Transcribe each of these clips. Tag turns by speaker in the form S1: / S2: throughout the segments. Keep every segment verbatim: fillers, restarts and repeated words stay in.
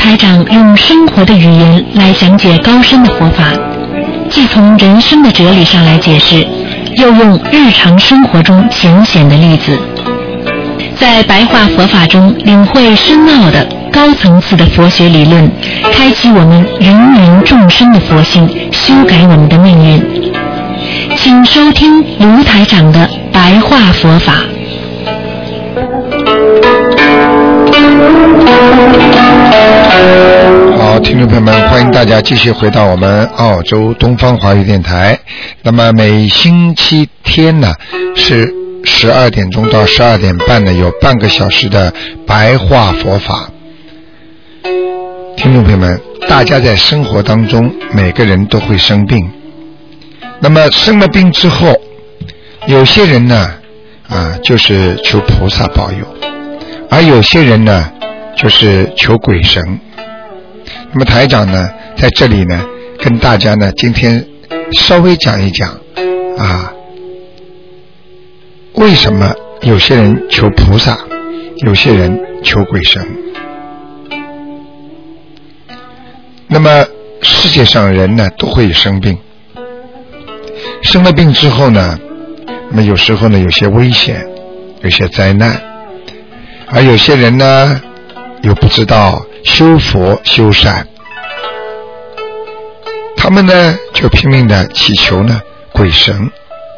S1: 台长用生活的语言来讲解高深的佛法，既从人生的哲理上来解释，又用日常生活中浅显的例子，在白话佛法中领会深奥的高层次的佛学理论，开启我们芸芸众生的佛性，修改我们的命运。请收听卢台长的白话佛法。
S2: 好，听众朋友们，欢迎大家继续回到我们澳洲东方华语电台。那么每星期天呢是十二点钟到十二点半呢，有半个小时的白话佛法。听众朋友们，大家在生活当中每个人都会生病，那么生了病之后，有些人呢啊就是求菩萨保佑，而有些人呢就是求鬼神。那么台长呢在这里呢跟大家呢今天稍微讲一讲啊，为什么有些人求菩萨，有些人求鬼神。那么世界上人呢都会生病，生了病之后呢，那么有时候呢有些危险，有些灾难，而有些人呢又不知道修佛修善，他们呢就拼命的祈求呢鬼神。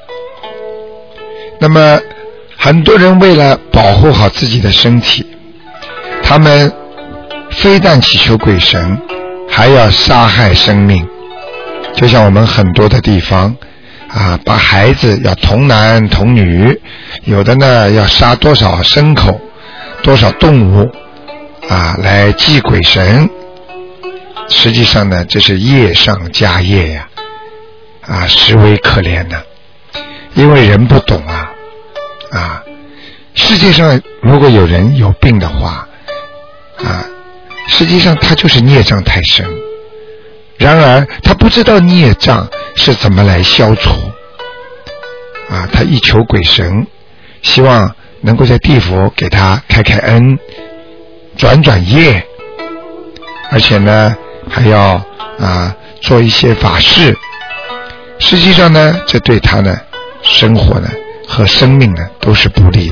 S2: 那么很多人为了保护好自己的身体，他们非但祈求鬼神，还要杀害生命。就像我们很多的地方啊，把孩子要童男童女，有的呢要杀多少牲口多少动物啊来祭鬼神。实际上呢这是业上加业呀，啊实为可怜呢。因为人不懂啊啊世界上如果有人有病的话啊，实际上他就是孽障太深，然而他不知道孽障是怎么来消除啊，他一求鬼神，希望能够在地府给他开开恩，转转业，而且呢还要啊做一些法事。实际上呢这对他呢生活呢和生命呢都是不利的。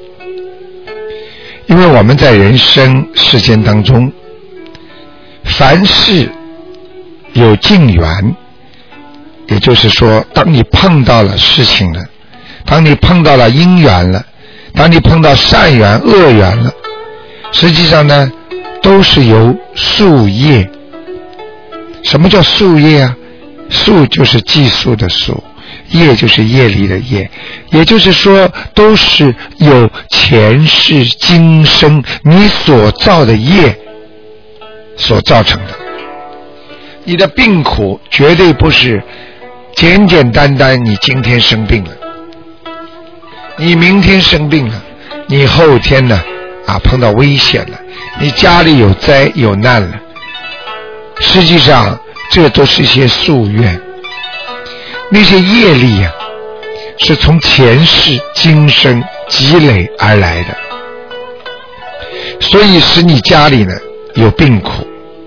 S2: 因为我们在人生世间当中，凡事有境缘，也就是说当你碰到了事情了，当你碰到了因缘了，当你碰到善缘恶缘了，实际上呢都是由宿业。什么叫宿业啊？宿就是计数的数，业就是业力的业，也就是说都是有前世今生你所造的业所造成的。你的病苦绝对不是简简单单你今天生病了，你明天生病了，你后天呢啊碰到危险了，你家里有灾有难了，实际上这都是一些宿愿。那些业力啊是从前世今生积累而来的，所以使你家里呢有病苦。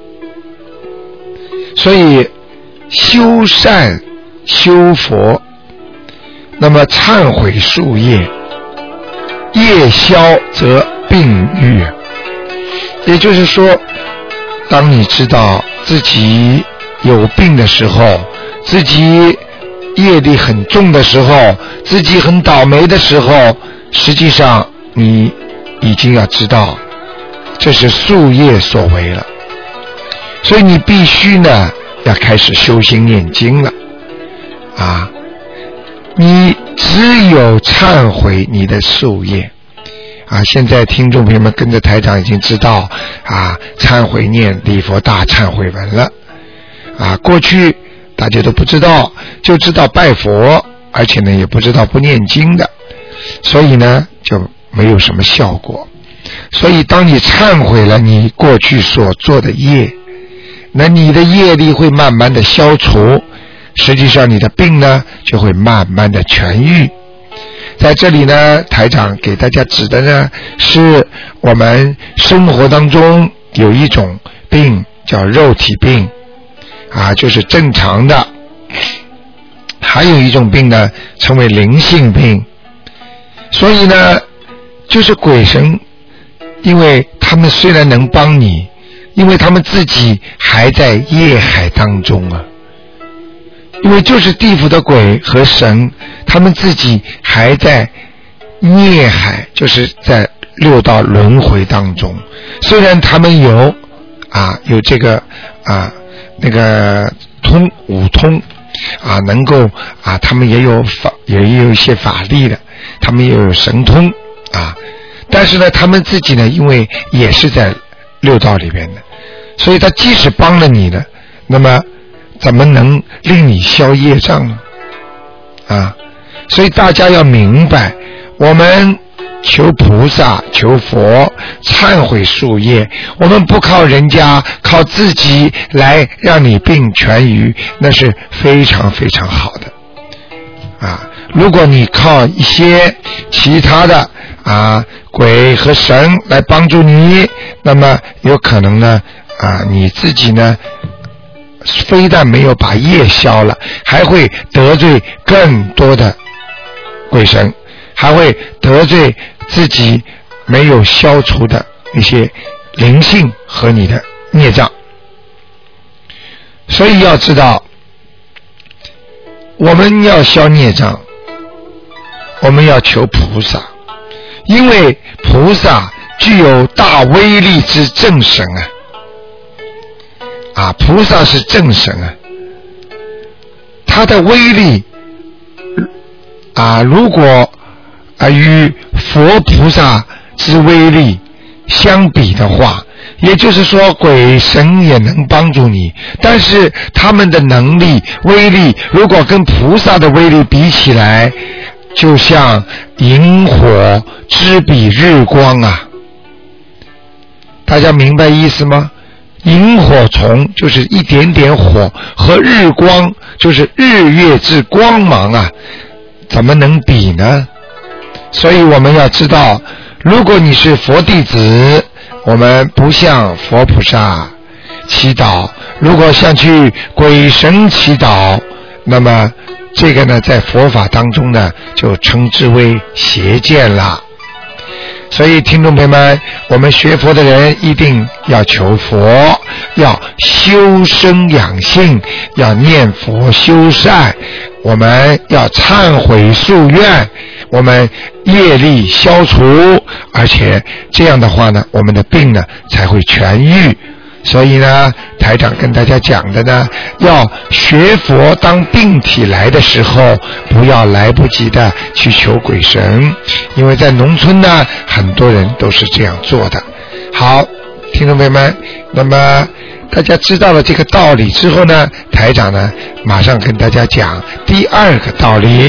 S2: 所以修善修佛，那么忏悔树业，业消则病愈。也就是说，当你知道自己有病的时候，自己业力很重的时候，自己很倒霉的时候，实际上你已经要知道这是宿业所为了。所以你必须呢要开始修心念经了啊！你只有忏悔你的宿业啊！现在听众朋友们跟着台长已经知道啊，忏悔念礼佛大忏悔文了啊！过去大家都不知道，就知道拜佛，而且呢也不知道不念经的，所以呢就没有什么效果。所以当你忏悔了你过去所做的业，那你的业力会慢慢的消除，实际上你的病呢就会慢慢的痊愈。在这里呢台长给大家指的呢是我们生活当中有一种病叫肉体病啊，就是正常的。还有一种病呢称为灵性病。所以呢就是鬼神，因为他们虽然能帮你，因为他们自己还在业海当中啊，因为就是地府的鬼和神，他们自己还在孽海，就是在六道轮回当中。虽然他们有啊有这个啊那个通五通啊，能够啊他们也有法，也有一些法力的，他们也有神通啊，但是呢他们自己呢因为也是在六道里边的，所以他即使帮了你的，那么怎么能令你消业障呢？啊，所以大家要明白，我们求菩萨求佛忏悔树业，我们不靠人家，靠自己来让你病痊愈，那是非常非常好的啊。如果你靠一些其他的啊鬼和神来帮助你，那么有可能呢啊你自己呢非但没有把业消了，还会得罪更多的鬼神，还会得罪自己没有消除的一些灵性和你的孽障。所以要知道，我们要消孽障，我们要求菩萨，因为菩萨具有大威力之正神啊！啊，菩萨是正神啊，他的威力啊，如果啊与佛菩萨之威力相比的话，也就是说鬼神也能帮助你，但是他们的能力威力如果跟菩萨的威力比起来，就像萤火之比日光啊。大家明白意思吗？萤火虫就是一点点火，和日光就是日月之光芒啊，怎么能比呢？所以我们要知道，如果你是佛弟子，我们不向佛菩萨祈祷，如果向去鬼神祈祷，那么这个呢在佛法当中呢就称之为邪见了。所以听众朋友们，我们学佛的人一定要求佛，要修身养性，要念佛修善，我们要忏悔诉愿，我们业力消除，而且这样的话呢，我们的病呢才会痊愈。所以呢，台长跟大家讲的呢，要学佛，当病体来的时候，不要来不及的去求鬼神，因为在农村呢，很多人都是这样做的。好，听众朋友们，那么大家知道了这个道理之后呢，台长呢马上跟大家讲第二个道理。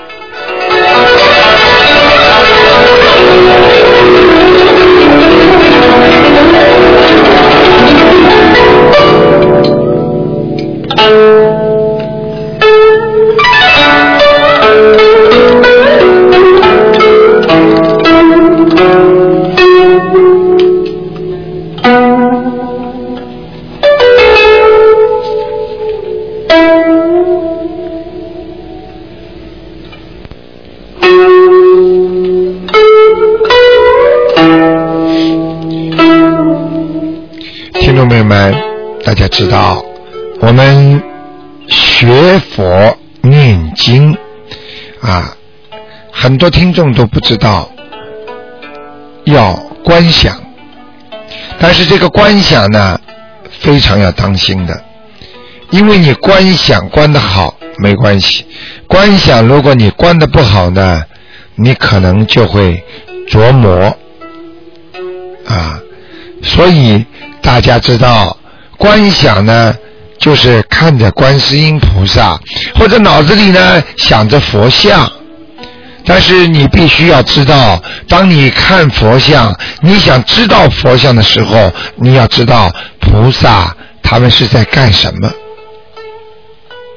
S2: 听众朋友们，大家知道我们学佛念经啊，很多听众都不知道要观想，但是这个观想呢非常要当心的，因为你观想观得好没关系，观想如果你观得不好呢，你可能就会琢磨啊。所以大家知道观想呢就是看着观世音菩萨，或者脑子里呢想着佛像，但是你必须要知道，当你看佛像，你想知道佛像的时候，你要知道菩萨他们是在干什么。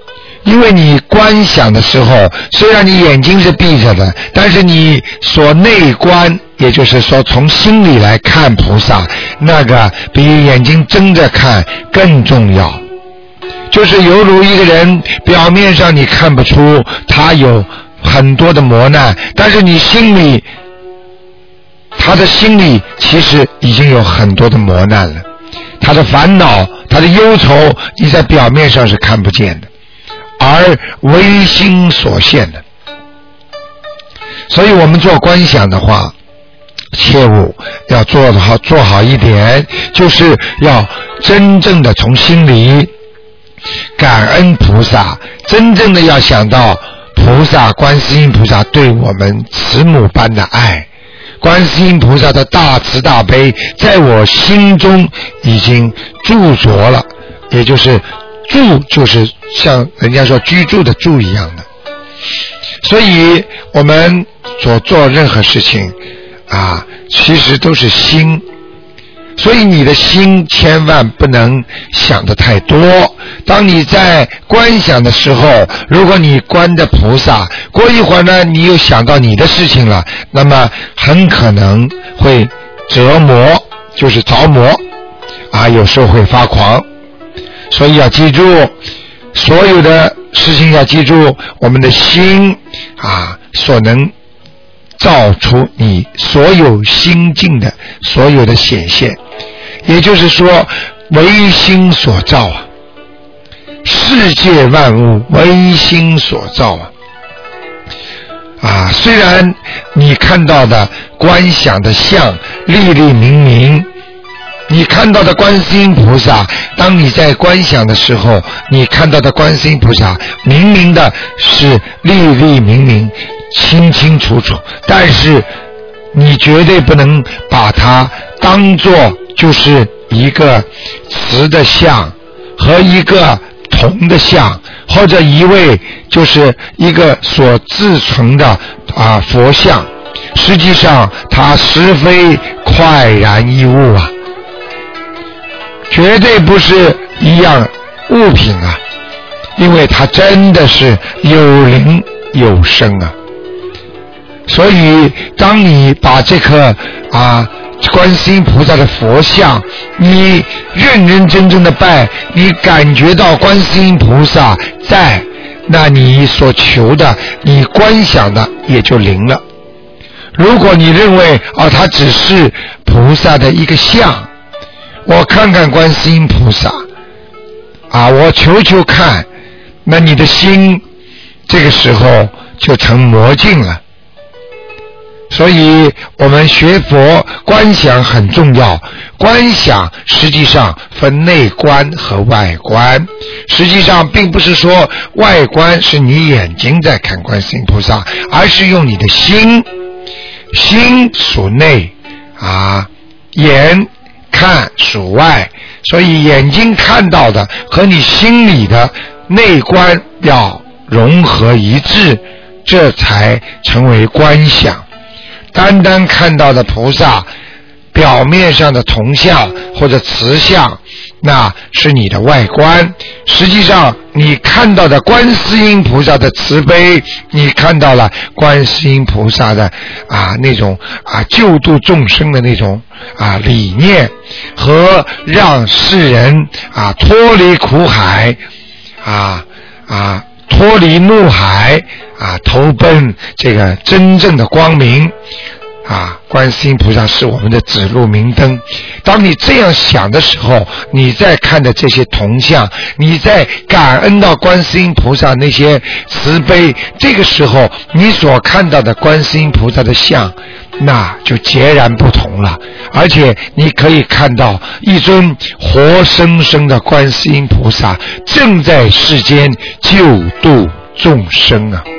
S2: 因为你观想的时候，虽然你眼睛是闭着的，但是你所内观，也就是说从心里来看菩萨，那个比眼睛睁着看更重要。就是犹如一个人表面上你看不出他有很多的磨难，但是你心里，他的心里其实已经有很多的磨难了，他的烦恼，他的忧愁，你在表面上是看不见的，而唯心所现的。所以我们做观想的话，切勿要做好做好一点，就是要真正的从心里感恩菩萨，真正的要想到菩萨观世音菩萨对我们慈母般的爱，观世音菩萨的大慈大悲在我心中已经驻着了，也就是住就是像人家说居住的住一样的。所以我们所做任何事情啊，其实都是心，所以你的心千万不能想得太多。当你在观想的时候，如果你观的菩萨，过一会儿呢你又想到你的事情了，那么很可能会折磨，就是着魔啊，有时候会发狂。所以要记住，所有的事情要记住，我们的心啊所能造出你所有心境的所有的显现，也就是说唯心所造啊，世界万物唯心所造啊。啊，虽然你看到的观想的像历历明明，你看到的观世音菩萨，当你在观想的时候，你看到的观世音菩萨明明的是历历明明清清楚楚，但是你绝对不能把它当作就是一个瓷的像和一个铜的像，或者一位就是一个所自成的啊佛像，实际上它实非快然一物啊，绝对不是一样物品啊，因为它真的是有灵有声啊。所以当你把这颗啊观世音菩萨的佛像，你认认真真的拜，你感觉到观世音菩萨在，那你所求的，你观想的也就灵了。如果你认为啊，它只是菩萨的一个像，我看看观世音菩萨啊，我求求看，那你的心这个时候就成魔镜了。所以我们学佛观想很重要，观想实际上分内观和外观，实际上并不是说外观是你眼睛在看观世音菩萨，而是用你的心，心属内啊，眼看属外，所以眼睛看到的和你心里的内观要融合一致，这才成为观想。单单看到的菩萨表面上的铜像或者瓷像，那是你的外观，实际上你看到的观世音菩萨的慈悲，你看到了观世音菩萨的啊那种啊救度众生的那种啊理念，和让世人啊脱离苦海啊啊脱离怒海啊，投奔这个真正的光明啊！观世音菩萨是我们的指路明灯。当你这样想的时候，你在看的这些铜像，你在感恩到观世音菩萨那些慈悲，这个时候你所看到的观世音菩萨的像，那就截然不同了。而且你可以看到一尊活生生的观世音菩萨正在世间救度众生啊！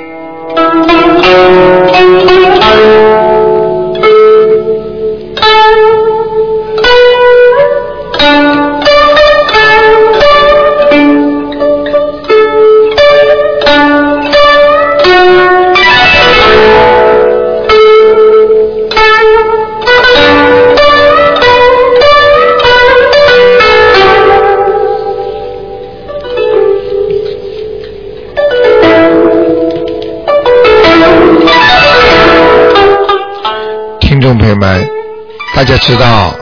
S2: 众朋友们，大家知道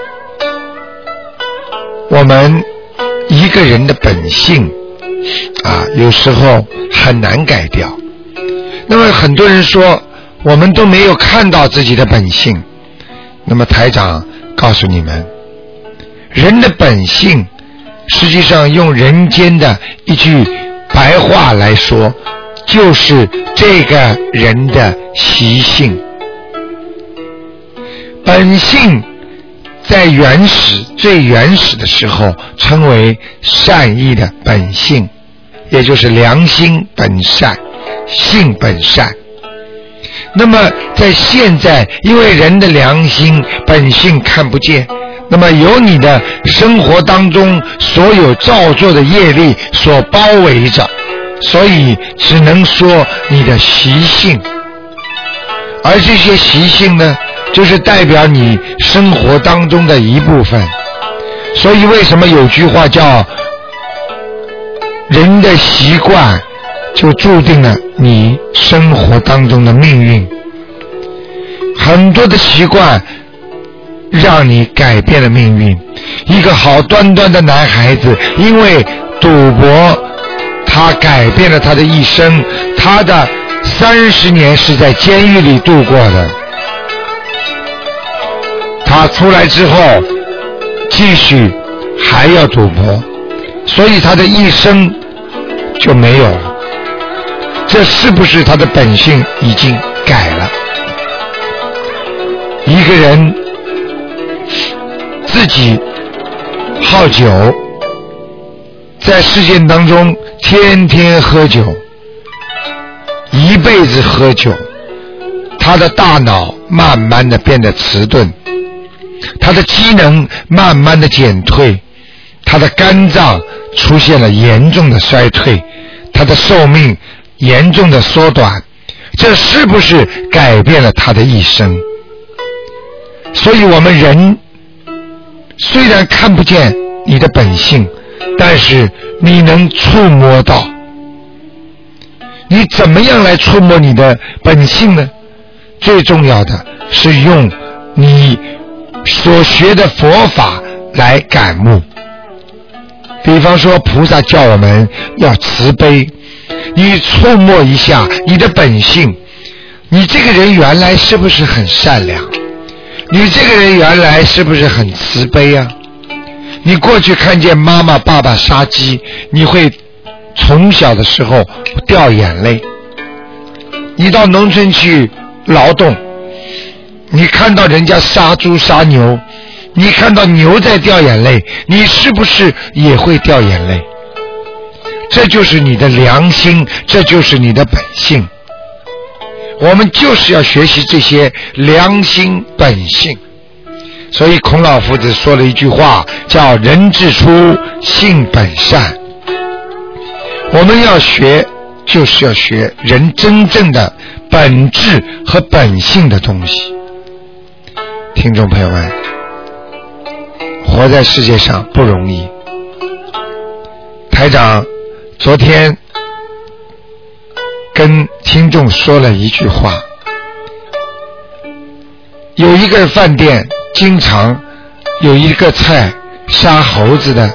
S2: 我们一个人的本性啊，有时候很难改掉。那么很多人说我们都没有看到自己的本性，那么台长告诉你们，人的本性实际上用人间的一句白话来说，就是这个人的习性。本性在原始最原始的时候称为善意的本性，也就是良心本善，性本善。那么在现在，因为人的良心本性看不见，那么由你的生活当中所有造作的业力所包围着，所以只能说你的习性。而这些习性呢，就是代表你生活当中的一部分。所以为什么有句话叫人的习惯就注定了你生活当中的命运。很多的习惯让你改变了命运。一个好端端的男孩子，因为赌博，他改变了他的一生，他的三十年是在监狱里度过的。他出来之后继续还要赌博，所以他的一生就没有了。这是不是他的本性已经改了？一个人自己好酒，在世界当中天天喝酒，一辈子喝酒，他的大脑慢慢的变得迟钝，他的机能慢慢的减退，他的肝脏出现了严重的衰退，他的寿命严重的缩短。这是不是改变了他的一生？所以我们人虽然看不见你的本性，但是你能触摸到。你怎么样来触摸你的本性呢？最重要的是用你所学的佛法来感悟。比方说菩萨叫我们要慈悲，你触摸一下你的本性，你这个人原来是不是很善良？你这个人原来是不是很慈悲啊？你过去看见妈妈爸爸杀鸡，你会从小的时候掉眼泪。你到农村去劳动，你看到人家杀猪杀牛，你看到牛在掉眼泪，你是不是也会掉眼泪？这就是你的良心，这就是你的本性。我们就是要学习这些良心本性。所以孔老夫子说了一句话，叫人之初性本善。我们要学，就是要学人真正的本质和本性的东西。听众朋友们，活在世界上不容易。台长昨天跟听众说了一句话，有一个饭店经常有一个菜杀猴子的，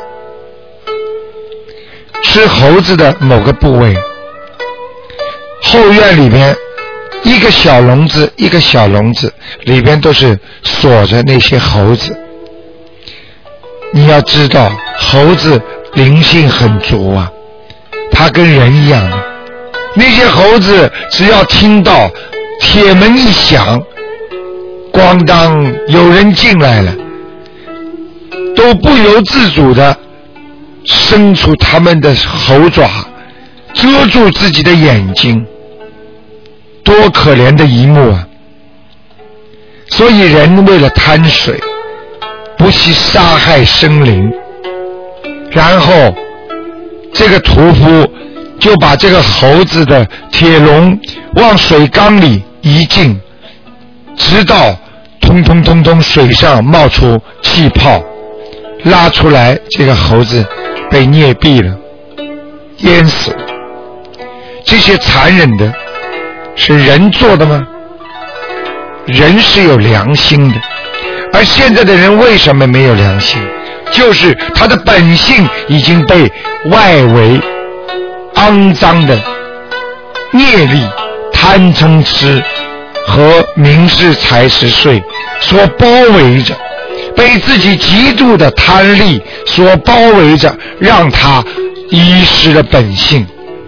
S2: 吃猴子的某个部位，后院里面一个小笼子一个小笼子里边都是锁着那些猴子。你要知道猴子灵性很足啊，它跟人一样的。那些猴子只要听到铁门一响，咣当有人进来了，都不由自主的伸出他们的猴爪遮住自己的眼睛。多可怜的一幕啊！所以人为了贪水不惜杀害生灵，然后这个屠夫就把这个猴子的铁笼往水缸里一浸，直到通通通通水上冒出气泡，拉出来，这个猴子被溺毙了，淹死了。这些残忍的是人做的吗？ 人是有良心的，而现在的人为什么没有良心？就是他的本性已经被外围肮脏的业力、贪嗔痴和民事财食税所包围着，被自己极度的贪利所包围着，让他遗失了本性。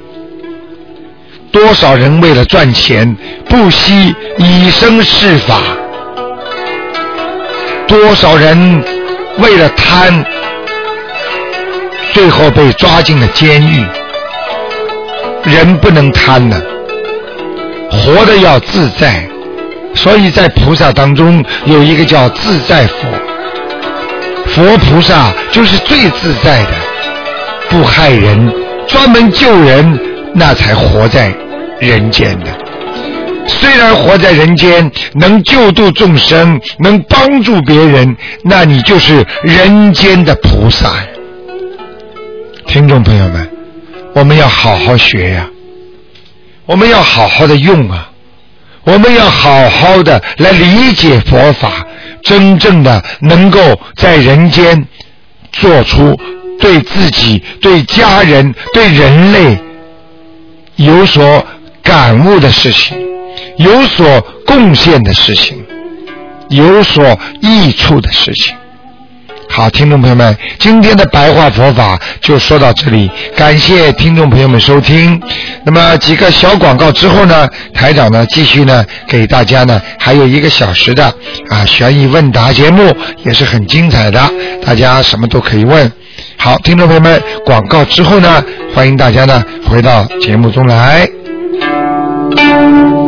S2: 多少人为了赚钱不惜以身试法，多少人为了贪最后被抓进了监狱。人不能贪呢，活得要自在，所以在菩萨当中有一个叫自在佛，佛菩萨就是最自在的，不害人，专门救人，那才活在人间的。虽然活在人间能救度众生，能帮助别人，那你就是人间的菩萨。听众朋友们，我们要好好学呀、啊，我们要好好的用啊，我们要好好的来理解佛法，真正的能够在人间做出对自己、对家人、对人类有所感悟的事情，有所贡献的事情，有所益处的事情。好，听众朋友们，今天的白话佛法就说到这里，感谢听众朋友们收听。那么几个小广告之后呢，台长呢继续呢给大家呢还有一个小时的啊悬疑问答节目，也是很精彩的，大家什么都可以问。好，听众朋友们，广告之后呢，欢迎大家呢回到节目中来。